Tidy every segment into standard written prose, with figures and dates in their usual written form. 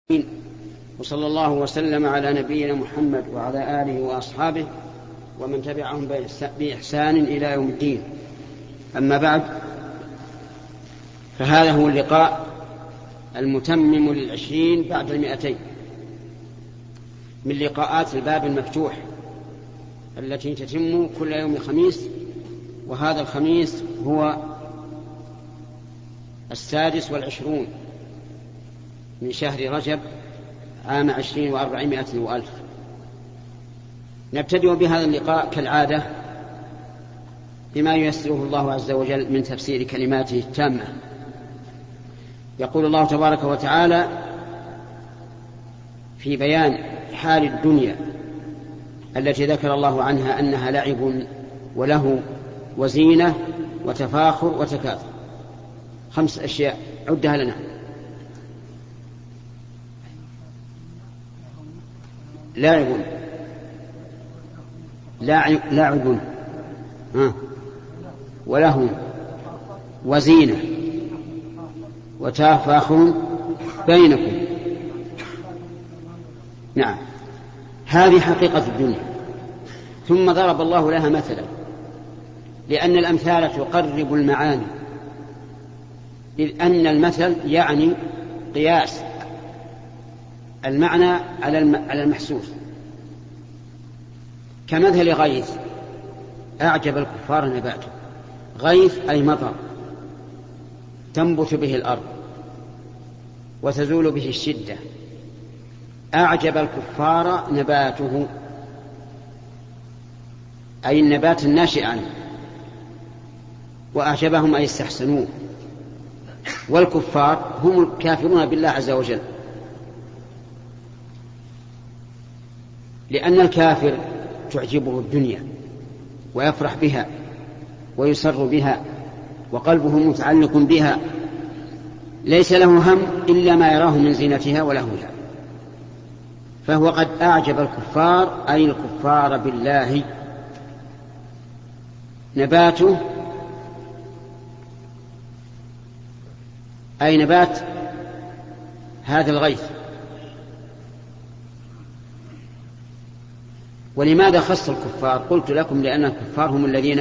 وصلى الله وسلم على نبينا محمد وعلى آله وأصحابه ومن تبعهم بإحسان إلى يوم الدين. أما بعد، فهذا هو اللقاء المتمم للعشرين بعد 200 من لقاءات الباب المفتوح التي تتم كل يوم خميس، وهذا الخميس هو 26 من شهر رجب عام 20 و400 وألف. نبتدئ بهذا اللقاء كالعادة بما ييسره الله عز وجل من تفسير كلماته التامة. يقول الله تبارك وتعالى في بيان حال الدنيا التي ذكر الله عنها أنها لعب وله وزينة وتفاخر وتكاثر. 5 أشياء عدها لنا. لاعب وله وزينة وتفاخر بينكم. نعم، هذه حقيقة الدنيا. ثم ضرب الله لها مثلا، لأن الأمثال تقرب المعاني، إذ أن المثل يعني قياس المعنى على المحسوس. كمثل غيث أعجب الكفار نباته. غيث أي مطر تنبت به الأرض وتزول به الشدة. أعجب الكفار نباته أي النبات الناشئ عنه، وأعجبهم أي استحسنوه. والكفار هم الكافرون بالله عز وجل، لأن الكافر تعجبه الدنيا ويفرح بها ويسر بها وقلبه متعلق بها، ليس له هم إلا ما يراه من زينتها ولهوها. فهو قد أعجب الكفار أي الكفار بالله نباته، أي نبات هذا الغيث. ولماذا خص الكفار؟ قلت لكم لأن الكفار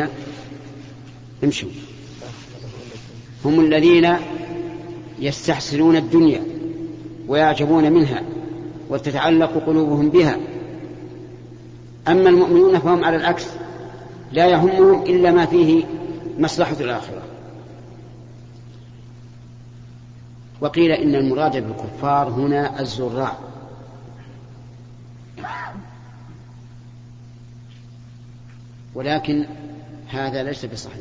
هم الذين يستحسنون الدنيا ويعجبون منها وتتعلق قلوبهم بها. أما المؤمنون فهم على العكس، لا يهمهم إلا ما فيه مصلحة الآخرة. وقيل إن المراد بالكفار هنا الزراع، ولكن هذا ليس بصحيح،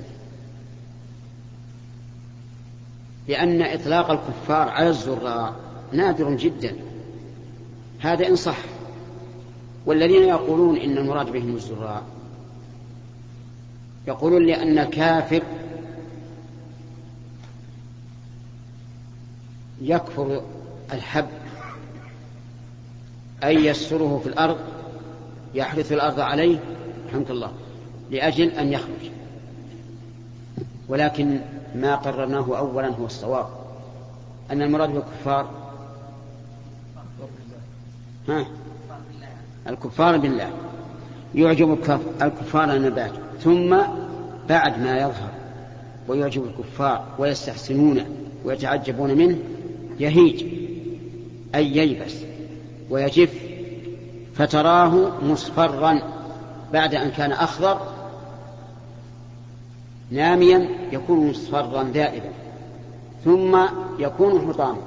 لأن إطلاق الكفار على الزراع نادر جدا، هذا إن صح. والذين يقولون إن المراد بهم الزراع يقولون لأن الكافر يكفر الحب أي يسره في الأرض، يحرث الأرض عليه رحمة الله لأجل أن يخرج. ولكن ما قررناه أولا هو الصواب، أن المراد بالكفار الكفار بالله. يعجب الكفار النبات، ثم بعد ما يظهر ويعجب الكفار ويستحسنونه ويتعجبون منه يهيج أي ييبس ويجف، فتراه مصفرا بعد أن كان أخضر ناميا يكون مصفرا ذائبا، ثم يكون حطاما،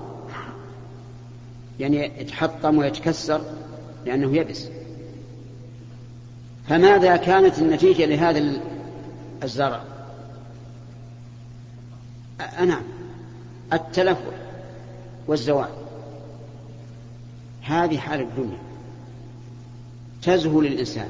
يعني يتحطم ويتكسر لأنه يبس. فماذا كانت النتيجة لهذا الزرع؟ نعم، التلف والزوال. هذه حال الدنيا، تزهل الإنسان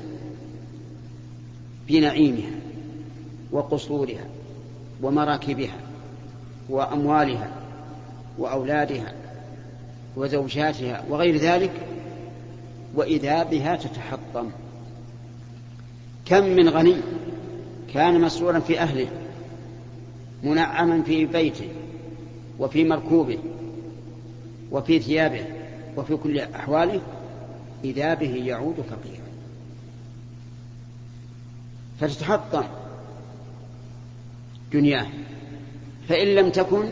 بنعيمها وقصورها ومراكبها وأموالها وأولادها وزوجاتها وغير ذلك، وإذا بها تتحطم. كم من غني كان مسرورا في أهله منعما في بيته وفي مركوبه وفي ثيابه، وفي كل أحواله إذا به يعود فقيرا. فتتحطم دنياه، فإن لم تكن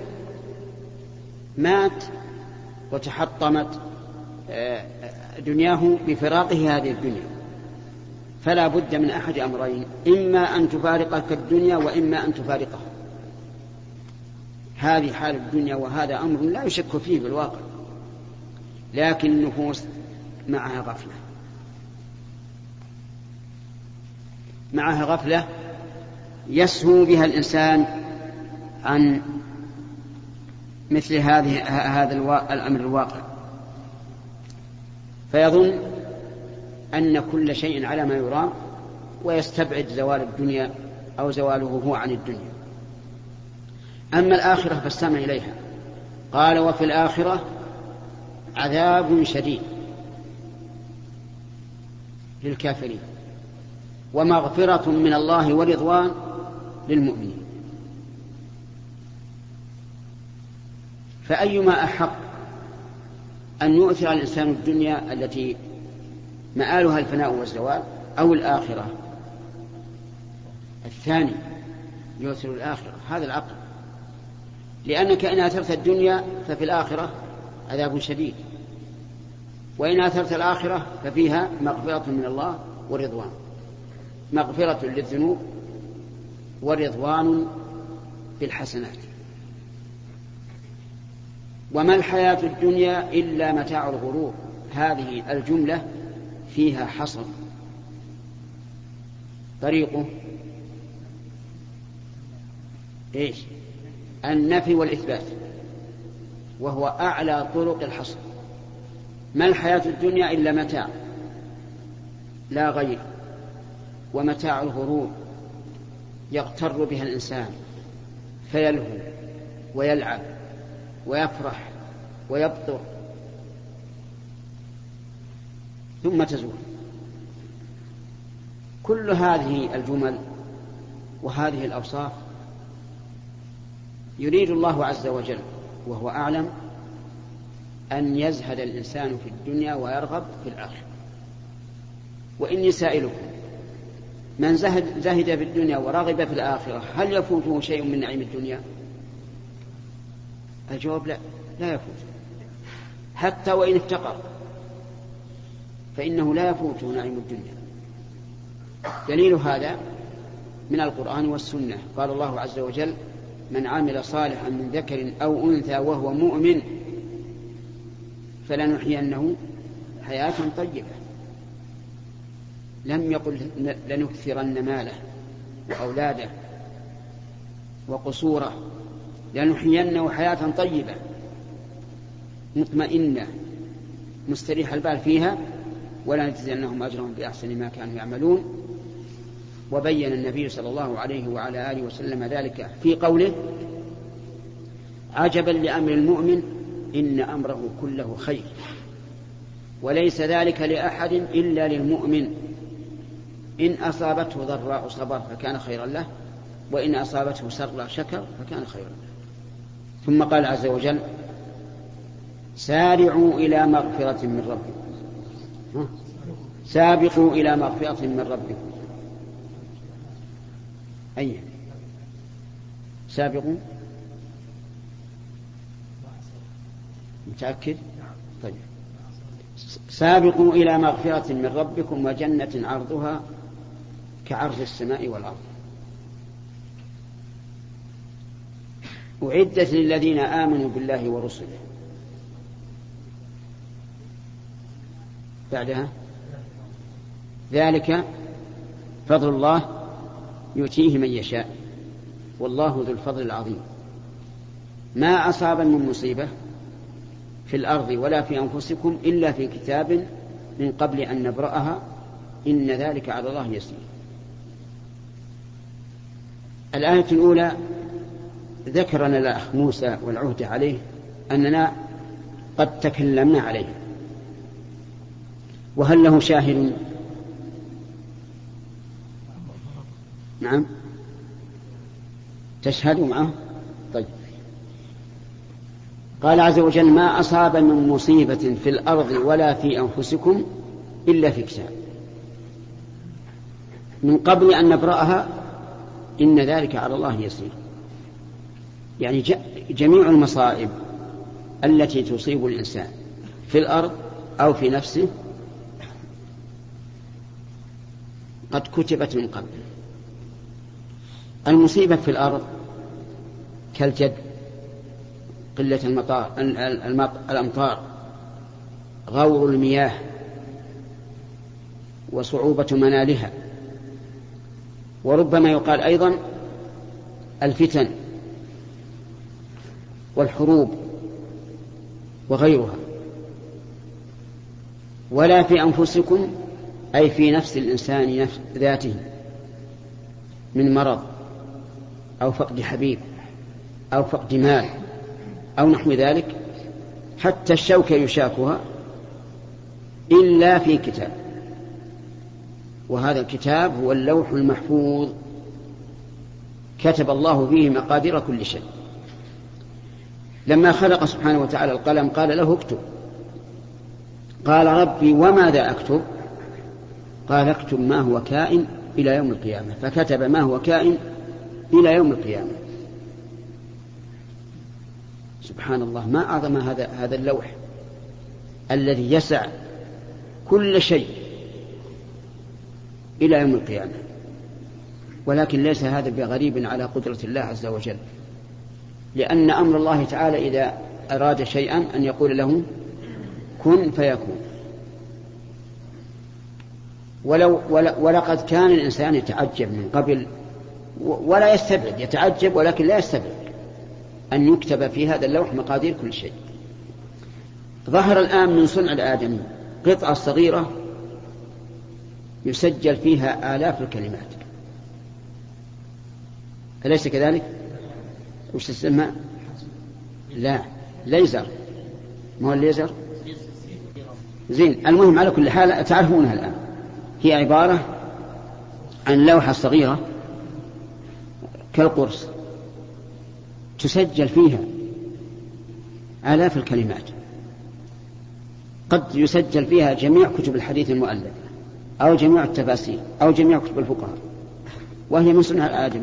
مات وتحطمت دنياه بفراقه هذه الدنيا. فلا بد من أحد أمرين: إما أن تفارقك الدنيا وإما أن تفارقها. هذه حال الدنيا، وهذا أمر لا يشك فيه بالواقع، لكن النفوس معها غفلة، معها غفلة يسهو بها الإنسان عن مثل هذا الأمر الواقع، فيظن أن كل شيء على ما يرام ويستبعد زوال الدنيا أو زواله هو عن الدنيا. أما الآخرة فاستمع إليها. قال: وفي الآخرة عذاب شديد للكافرين ومغفرة من الله ورضوان للمؤمنين. فأيما أحق أن يؤثر الإنسان الدنيا التي مآلها الفناء والزوال أو الآخرة؟ الثاني، يؤثر الآخرة. هذا العقل، لأنك إن أثرت الدنيا ففي الآخرة عذاب شديد، وإن أثرت الآخرة ففيها مغفرة من الله ورضوان، مغفرة للذنوب ورضوان بالحسنات. وما الحياة الدنيا إلا متاع الغرور. هذه الجملة فيها حصر، طريقه إيش؟ النفي والإثبات، وهو أعلى طرق الحصر. ما الحياة الدنيا إلا متاع لا غير، ومتاع الغرور يغتر بها الإنسان فيلهو ويلعب ويفرح ويبطر ثم تزول. كل هذه الجمل وهذه الأوصاف يريد الله عز وجل وهو أعلم أن يزهد الإنسان في الدنيا ويرغب في الآخرة. وإني سائلكم: من زهد في الدنيا ورغب في الآخرة هل يفوته شيء من نعيم الدنيا؟ الجواب لا، لا يفوت، حتى وإن افتقر فإنه لا يفوته نعيم الدنيا. دليل هذا من القرآن والسنة. قال الله عز وجل: من عمل صالحا من ذكر أو أنثى وهو مؤمن فلنحيينه حياة طيبة. لم يقل لنكثرن ماله وأولاده وقصوره، لنحيينه حياة طيبة مطمئنة مستريح البال فيها، ولا نجزينهم أجرهم بأحسن ما كانوا يعملون. وبين النبي صلى الله عليه وعلى آله وسلم ذلك في قوله: عجبا لأمر المؤمن إن أمره كله خير، وليس ذلك لأحد إلا للمؤمن، إن أصابته ضراء صبر فكان خيرا له، وإن أصابته سراء شكر فكان خيرا له. ثم قال عز وجل: سارعوا إلى مغفرة من ربكم، سابقوا إلى مغفرة من ربكم. أي سابقوا؟ متأكد؟ طيب. سابقوا إلى مغفرة من ربكم وجنة عرضها كعرض السماء والأرض أعدت للذين آمنوا بالله ورسله. بعدها: ذلك فضل الله يؤتيه من يشاء والله ذو الفضل العظيم. ما أصاب من مصيبة في الأرض ولا في أنفسكم إلا في كتاب من قبل أن نبرأها إن ذلك على الله يسير. الآية الأولى ذكرنا الأخ موسى والعهد عليه أننا قد تكلمنا عليه، وهل له شاهد؟ نعم، تشهد معه. طيب، قال عز وجل ما أصاب من مصيبة في الأرض ولا في أنفسكم إلا في كتاب من قبل أن نبرأها إن ذلك على الله يسير. يعني جميع المصائب التي تصيب الإنسان في الأرض أو في نفسه قد كتبت من قبل. المصيبة في الأرض كالجد، قلة الأمطار، غور المياه وصعوبة منالها، وربما يقال أيضا الفتن والحروب وغيرها. ولا في أنفسكم أي في نفس الإنسان ذاته من مرض أو فقد حبيب أو فقد مال أو نحو ذلك، حتى الشوكة يشاكها إلا في كتاب، وهذا الكتاب هو اللوح المحفوظ كتب الله فيه مقادير كل شيء. لما خلق سبحانه وتعالى القلم قال له اكتب، قال ربي وماذا أكتب؟ قال اكتب ما هو كائن إلى يوم القيامة، فكتب ما هو كائن إلى يوم القيامة. سبحان الله، ما أعظم هذا اللوح الذي يسع كل شيء إلى يوم القيامة. ولكن ليس هذا بغريب على قدرة الله عز وجل، لأن أمر الله تعالى إذا أراد شيئا أن يقول له كن فيكون. ولقد كان الإنسان يتعجب من قبل ولا يستبعد، يتعجب ولكن لا يستبعد أن يكتب في هذا اللوح مقادير كل شيء. ظهر الآن من صنع الآدمي قطعة صغيرة يسجل فيها آلاف الكلمات، أليس كذلك؟ وش تسمى؟ لا، ليزر. ما هو الليزر؟ زين. المهم على كل حال تعرفونها الآن. هي عبارة عن لوحة صغيرة كالقرص تسجل فيها آلاف الكلمات، قد يسجل فيها جميع كتب الحديث المؤلف أو جميع التفاسير أو جميع كتب الفقهاء، وهي من صنع الآدم.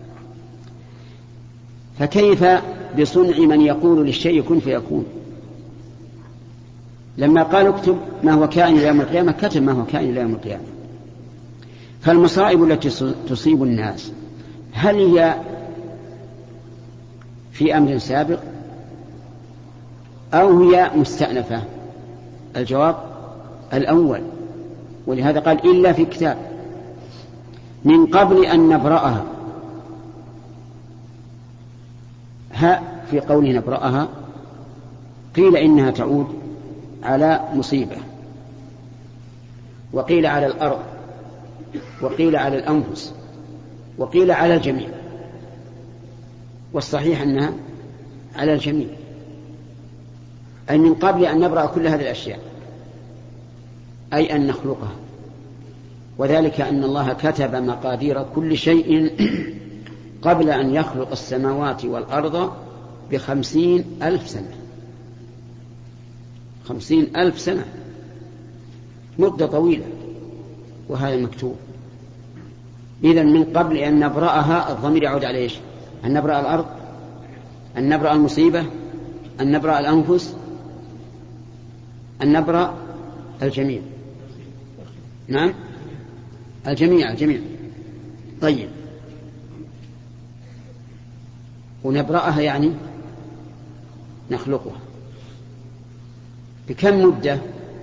فكيف بصنع من يقول للشيء كن فيكون؟ لما قال اكتب ما هو كائن إلى يوم القيامة كتب ما هو كائن إلى يوم القيامة. فالمصائب التي تصيب الناس هل هي في أمر سابق أو هي مستأنفة؟ الجواب الأول، ولهذا قال إلا في كتاب من قبل أن نبرأها. في قوله نبرأها قيل إنها تعود على مصيبة، وقيل على الأرض، وقيل على الأنفس، وقيل على الجميع، والصحيح أنها على الجميع، أي من قبل أن نبرأ كل هذه الأشياء، أي أن نخلقها. وذلك أن الله كتب مقادير كل شيء قبل أن يخلق السماوات والأرض ب50,000 سنة. 50,000 سنة مدة طويلة، وهذا مكتوب. إذن من قبل أن نبرأها الضمير يعود على إيش؟ أن نبرأ الأرض، أن نبرأ المصيبة، أن نبرأ الأنفس، أن نبرأ الجميع. نعم، الجميع. طيب، ونبرأها يعني نخلقها بكم مدة؟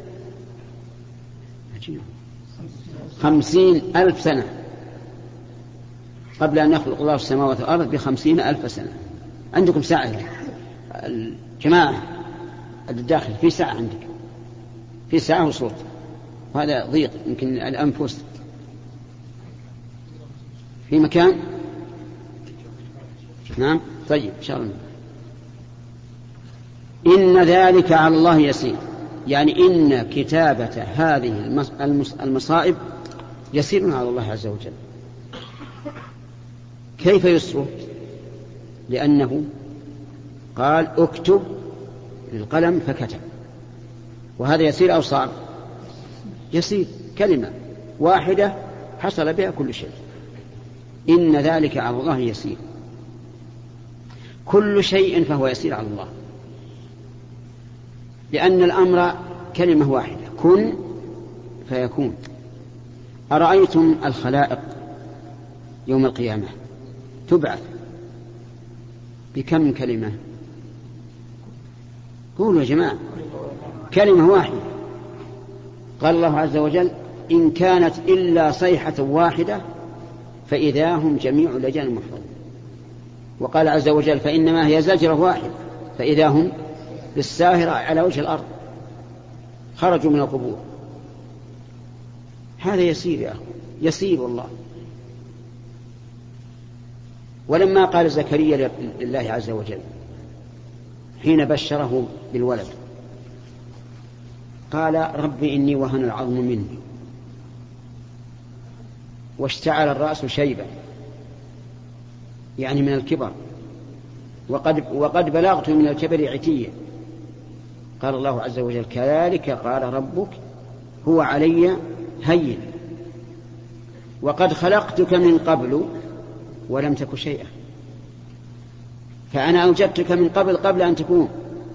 50,000 سنة قبل أن يخلق الله السماوات والأرض ب50,000 سنة. عندكم ساعة الجماعة الداخل في ساعة، عندك في ساعة وصوت، وهذا ضيق يمكن الأنفس في مكان. نعم، طيب إن شاء الله. إن ذلك على الله يسير، يعني إن كتابة هذه المصائب يسير على الله عز وجل. كيف يسر؟ لأنه قال اكتب للقلم فكتب. وهذا يسير أو صعب؟ يسير، كلمة واحدة حصل بها كل شيء. إن ذلك على الله يسير. كل شيء فهو يسير على الله، لأن الأمر كلمة واحدة، كن فيكون. أرأيتم الخلائق يوم القيامة تبعث بكم كلمة؟ قولوا يا جماعة، كلمة واحدة. قال الله عز وجل: إن كانت إلا صيحة واحدة فإذا هم جميع لجان محضرون. وقال عز وجل: فإنما هي زجرة واحدة فإذا هم بالساهرة على وجه الأرض خرجوا من القبور. هذا يسير يا أخي، يسير والله. ولما قال زكريا لله عز وجل حين بشره بالولد قال: رب إني وهن العظم مني واشتعل الرأس شيبا، يعني من الكبر، وقد بلغت من الكبر عتيا. قال الله عز وجل: كذلك قال ربك هو علي هين وقد خلقتك من قبل ولم تك شيئا. فأنا أوجدتك من قبل أن تكون،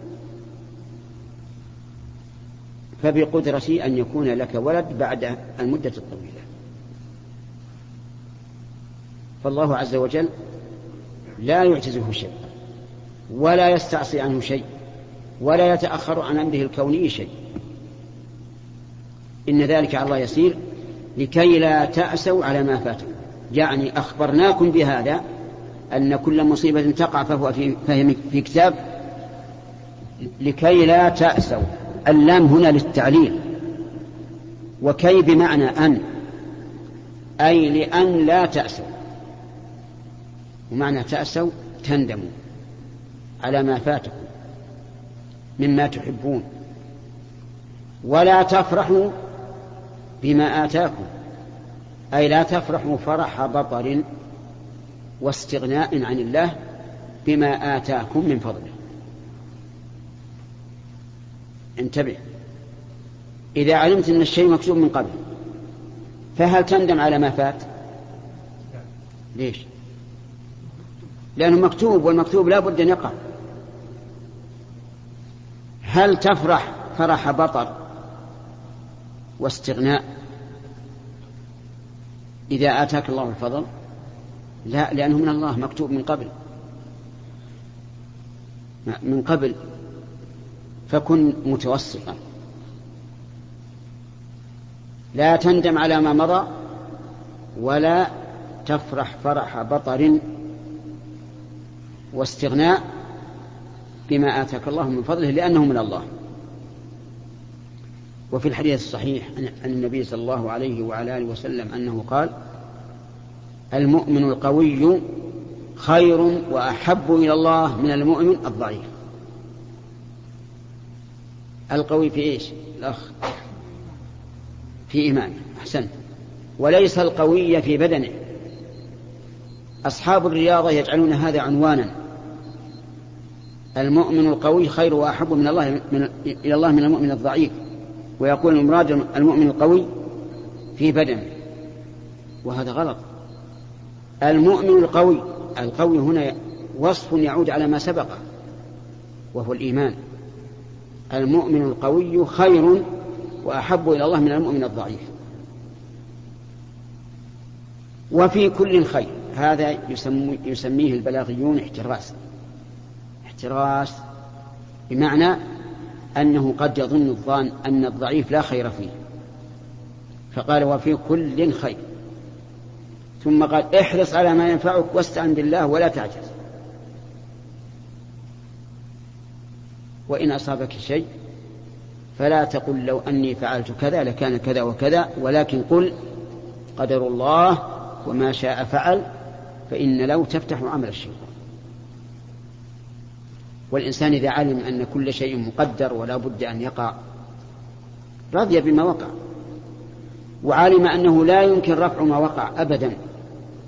فبقدرتي أن يكون لك ولد بعد المدة الطويلة. فالله عز وجل لا يعجزه شيء ولا يستعصي عنه شيء ولا يتأخر عن أمره الكوني شيء. إن ذلك على الله يسير لكي لا تأسوا على ما فاتكم. يعني أخبرناكم بهذا أن كل مصيبة تقع فهي في كتاب لكي لا تأسوا. اللام هنا للتعليل، وكي بمعنى أن، أي لأن لا تأسوا. ومعنى تأسوا تندموا على ما فاتكم مما تحبون، ولا تفرحوا بما آتاكم، أي لا تفرحوا فرح بطر واستغناء عن الله بما آتاكم من فضله. انتبه، إذا علمت أن الشيء مكتوب من قبل فهل تندم على ما فات؟ ليش؟ لأنه مكتوب، والمكتوب لا بد أن يقع. هل تفرح فرح بطر واستغناء إذا آتاك الله الفضل؟ لا، لأنه من الله، مكتوب من قبل. فكن متوسطا، لا تندم على ما مضى ولا تفرح فرح بطر واستغناء بما آتاك الله من فضله لأنه من الله. وفي الحديث الصحيح عن النبي صلى الله عليه وعلى آله وسلم أنه قال: المؤمن القوي خير وأحب إلى الله من المؤمن الضعيف. القوي في إيش الأخ؟ في إيمانه، أحسنت، وليس القوي في بدنه. أصحاب الرياضة يجعلون هذا عنوانا: المؤمن القوي خير وأحب إلى الله من المؤمن الضعيف، ويقول المراد المؤمن القوي في بدنه، وهذا غلط. المؤمن القوي هنا وصف يعود على ما سبق وهو الإيمان. المؤمن القوي خير وأحب إلى الله من المؤمن الضعيف. وفي كل خير، هذا يسميه البلاغيون احتراس، بمعنى أنه قد يظن الظان أن الضعيف لا خير فيه، فقال: وفي كل خير. ثم قال: احرص على ما ينفعك واستعن بالله ولا تعجز. وإن أصابك شيء فلا تقل لو أني فعلت كذا لكان كذا وكذا، ولكن قل قدر الله وما شاء فعل، فإن لو تفتح عمل الشيطان. والإنسان إذا علم أن كل شيء مقدر ولا بد أن يقع رضي بما وقع، وعلم أنه لا يمكن رفع ما وقع أبدا.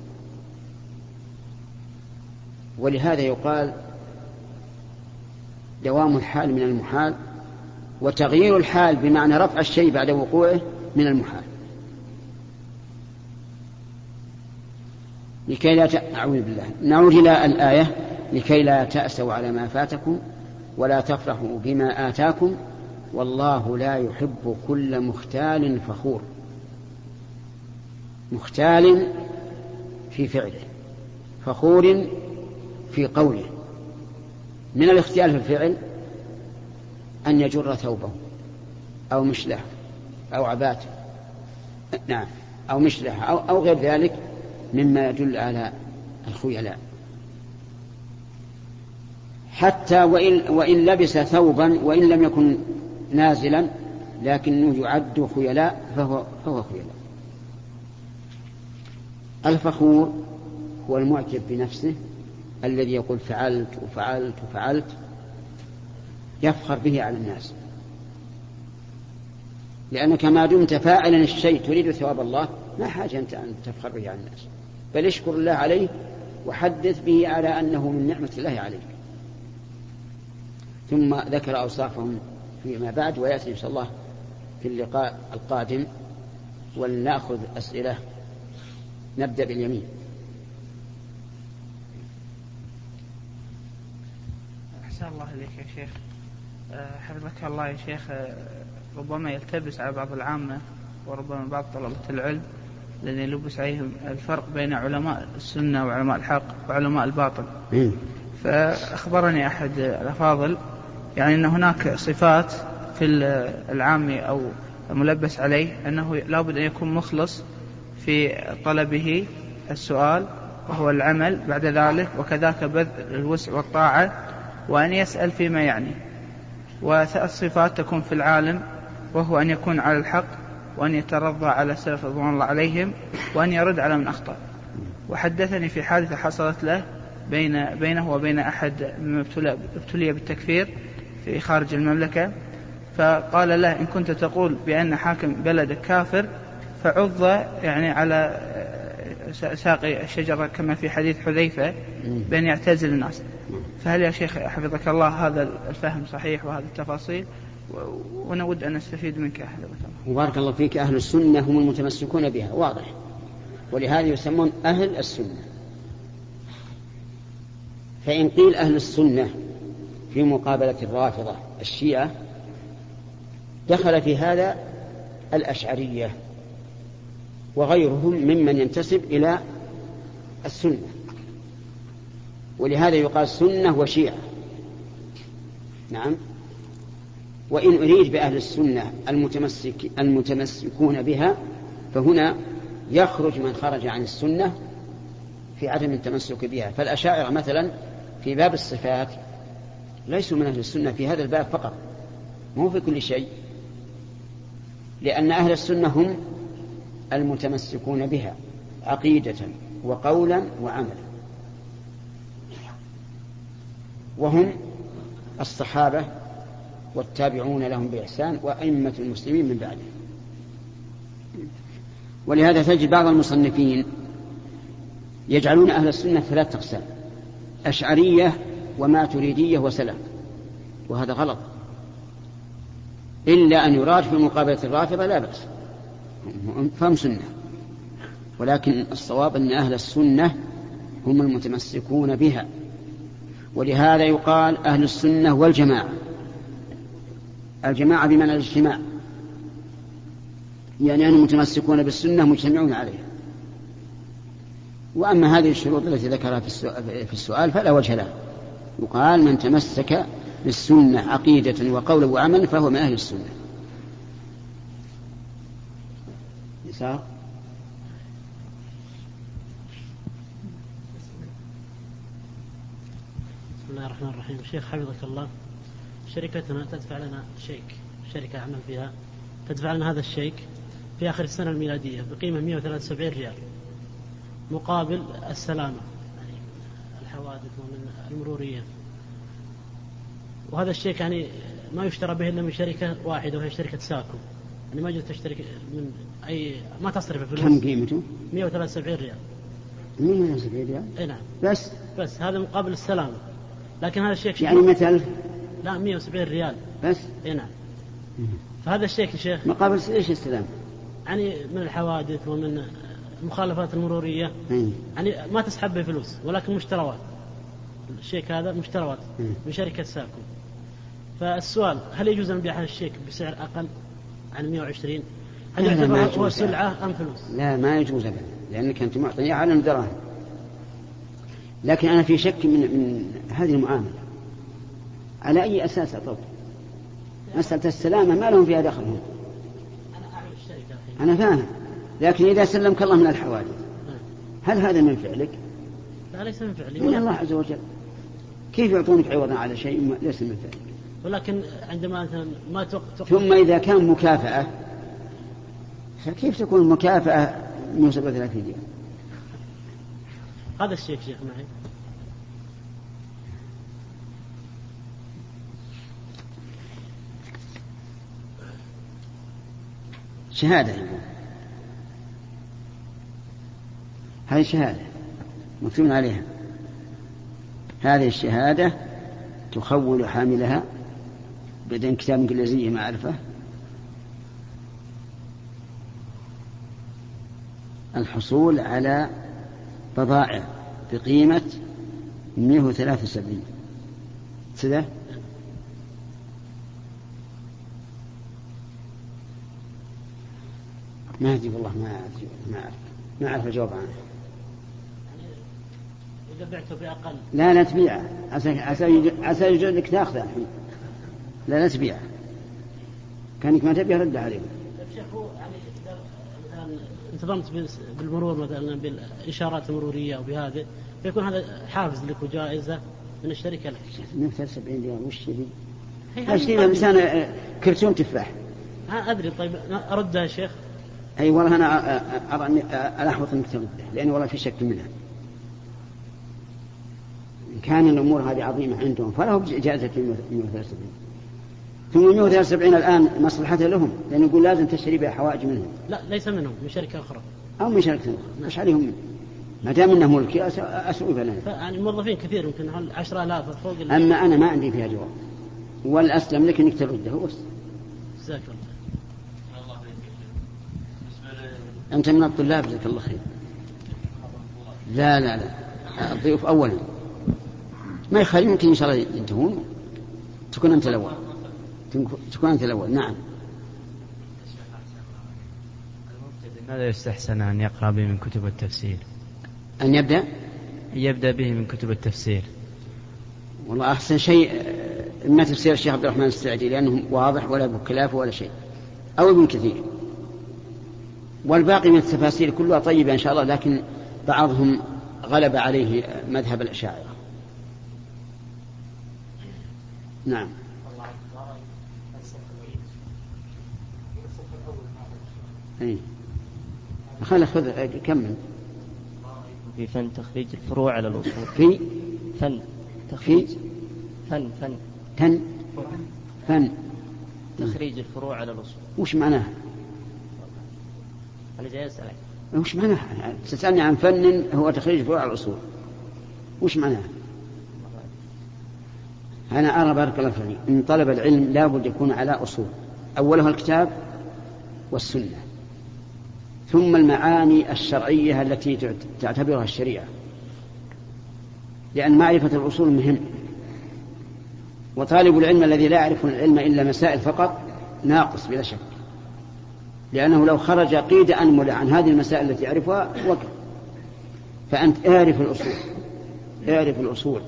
ولهذا يقال دوام الحال من المحال، وتغيير الحال بمعنى رفع الشيء بعد وقوعه من المحال. لكي لا أعوذ بالله. نعود إلى الآية: لكي لا تأسوا على ما فاتكم ولا تفرحوا بما آتاكم والله لا يحب كل مختال فخور. مختال في فعله، فخور في قوله. من الاختيال في الفعل أن يجر ثوبه أو مشله أو عباته، نعم، أو مشله أو غير ذلك مما يدل على الخيلاء. حتى وإن لبس ثوبا وإن لم يكن نازلا لكنه يعد خيلاء فهو خيلاء. الفخور هو المعجب بنفسه الذي يقول فعلت وفعلت وفعلت، يفخر به على الناس، لأنك ما دمت فاعلا الشيء تريد ثواب الله ما حاجة أنت أن تفخر به على الناس، بل اشكر الله عليه وحدث به على أنه من نعمة الله عليك. ثم ذكر أوصافهم فيما بعد، ويأتي إن شاء الله في اللقاء القادم. ولنأخذ أسئلة. نبدأ باليمين. أحسن الله إليك يا شيخ. حفظك الله يا شيخ. ربما يلتبس على بعض العامة وربما بعض طلبة العلم الذين يلبس عليهم الفرق بين علماء السنة وعلماء الحق وعلماء الباطل. فأخبرني أحد الأفاضل يعني أن هناك صفات في العام أو الملبس عليه أنه لا بد أن يكون مخلص في طلبه السؤال وهو العمل بعد ذلك، وكذاك بذل الوسع والطاعة، وأن يسأل فيما يعني. وثلاث صفات تكون في العالم، وهو أن يكون على الحق، وأن يترضى على السلف رضوان الله عليهم، وأن يرد على من أخطأ. وحدثني في حادثة حصلت له بينه وبين أحد من ابتلي بالتكفير في خارج المملكة، فقال له: إن كنت تقول بأن حاكم بلدك كافر فعض يعني على ساقي الشجرة كما في حديث حذيفة بأن يعتزل الناس. فهل يا شيخ حفظك الله هذا الفهم صحيح وهذه التفاصيل؟ ونود أن نستفيد منك حفظك الله. وبارك الله فيك. أهل السنة هم المتمسكون بها، واضح، ولهذا يسمون أهل السنة. فإن قيل أهل السنة في مقابلة الرافضة الشيعة دخل في هذا الأشعرية وغيرهم ممن ينتسب إلى السنة، ولهذا يقال سنة وشيعة. نعم. وإن أريد بأهل السنة المتمسكون بها فهنا يخرج من خرج عن السنة في عدم التمسك بها. فالأشاعرة مثلا في باب الصفات ليسوا من أهل السنة في هذا الباب فقط، مو في كل شيء، لأن أهل السنة هم المتمسكون بها عقيدة وقولا وعملا، وهم الصحابة والتابعون لهم بإحسان وأئمة المسلمين من بعده. ولهذا تجد بعض المصنفين يجعلون أهل السنة ثلاثة أقسام: أشعرية وماتريدية وسلف، وهذا غلط، إلا أن يراد في مقابلة الرافضة لا بأس، فهم سنة. ولكن الصواب أن أهل السنة هم المتمسكون بها، ولهذا يقال أهل السنة والجماعة. الجماعة بمعنى الاجتماع، يعني أنهم متمسكون بالسنة مجتمعون عليها. وأما هذه الشروط التي ذكرها في السؤال فلا وجه لها. يقال من تمسك بالسنة عقيدة وقولا وعملا فهو من أهل السنة. يسار. بسم الله الرحمن الرحيم. شيخ حفظك الله، شركتنا تدفع لنا شيك، شركة أعمل فيها تدفع لنا هذا الشيك في آخر السنة الميلادية بقيمة 173 ريال مقابل السلامة، يعني الحوادث ومن المرورية. وهذا الشيك يعني ما يشترى به إلا من شركة واحدة وهي شركة ساكو، يعني ما جد تشتري من أي، ما تصرف فلوس. كم قيمته؟ 173 ريال. 173 ريال؟ اي نعم. بس هذا مقابل السلامة. لكن هذا الشيك يعني 100,000. لا 170 ريال بس. نعم. فهذا الشيك يا شيخ مقابل إيش استلام؟ يعني من الحوادث ومن المخالفات المرورية يعني ما تسحب به فلوس ولكن مشتروات. الشيك هذا مشتروات من شركة ساكو. فالسؤال هل يجوز أن نبيع هذا الشيك بسعر أقل عن 120؟ هل يعتبر هو سلعة أم فلوس؟ لا ما يجوز أبدا لأنك أنت معطي على دراهم. لكن أنا في شك من هذه المعاملة على أي أساس أطلب؟ مسألة السلامة ما لهم فيها دخل هم. أنا فاهم لكن إذا سلمك الله من الحوادث هل هذا من فعلك؟ لا ليس من فعلي من الله عز وجل. كيف يعطونك عوضا على شيء ليس من فعلك؟ ولكن عندما ما ثم إذا كان مكافأة فكيف تكون مكافأة 137 ريال؟ هذا الشيك شيخ معي. شهادة هذه شهادة مكتوب عليها. هذه الشهادة تخول حاملها بدون كتاب إنجليزي معرفة الحصول على بضائع بقيمة 173 سده. ما أدري والله ما أعرف الجواب عنه. إذا بعته بأقل لا تبيعه عسى يجوز لك تأخذه الحين. لا تبيعه كانك ما تبيع رد عليه. شيخ هو يعني مثلا انتظمت بالمرور مثلا بالإشارات المرورية وبهذا فيكون هذا حافز لك وجائزة من الشركة لك. 173 ريال وش يبي؟ أشتري إنسان كرتون تفاح. أدري. طيب أردها يا شيخ. أي والله أنا أرى أني أحوط أنك ترده لأني والله في شك منها. إن كان الأمور هذه عظيمة عندهم فله جائزة 173. ثم 173 الآن مصلحته لهم لأنه يقول لازم تشتري بها حوائج منهم. لا ليس منهم من شركة أخرى أو من شركة أخرى. مش عليهم منه ما دام إنه ملكي أسوء فلنا. يعني الموظفين كثير يمكن 10,000 فوق. أما أنا ما عندي فيها جواب والأسلم لك أنك ترده بس. جزاك الله. أنت من الطلاب جزاك الله خير. لا الضيوف أولا ما يخالي يمكن إن شاء الله ينتهون تكون أنت الأول. نعم. ماذا يستحسن أن يقرأ به من كتب التفسير؟ أن يبدأ به من كتب التفسير. والله أحسن شيء ما تفسير الشيخ عبد الرحمن السعدي لأنه واضح ولا بكلافه ولا شيء أو ابن كثير. والباقي من التفاسير كلها طيبة إن شاء الله لكن بعضهم غلب عليه مذهب الأشاعرة. نعم. خذ كمل. في فن تخريج الفروع على الأصول. في فن تخريج فن تخريج الفروع على الأصول. وش معناها؟ أنا جاي أسألك وش معناها؟ تسألني عن فن هو تخريج الفروع على الأصول وش معناها؟ أنا أرى بارك الله فيك إن طلب العلم لا بد يكون على أصول أولها الكتاب والسنة ثم المعاني الشرعية التي تعتبرها الشريعة لأن معرفة الأصول مهم. وطالب العلم الذي لا يعرف العلم إلا مسائل فقط ناقص بلا شك لأنه لو خرج قيد أنمل عن هذه المسائل التي يعرفها وقف. فأنت اعرف الأصول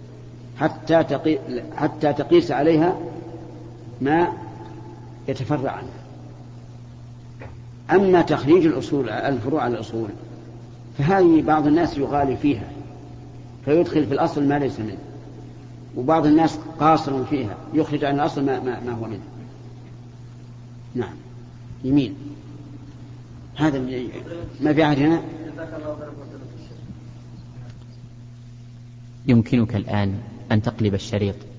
حتى تقيس عليها ما يتفرع عنها. أما تخريج الأصول الفروع على الأصول فهذه بعض الناس يغالي فيها فيدخل في الأصل ما ليس منه وبعض الناس قاصر فيها يخرج عن الأصل ما هو منه. نعم. يمين هذا ما في عهد هنا. يمكنك الآن أن تقلب الشريط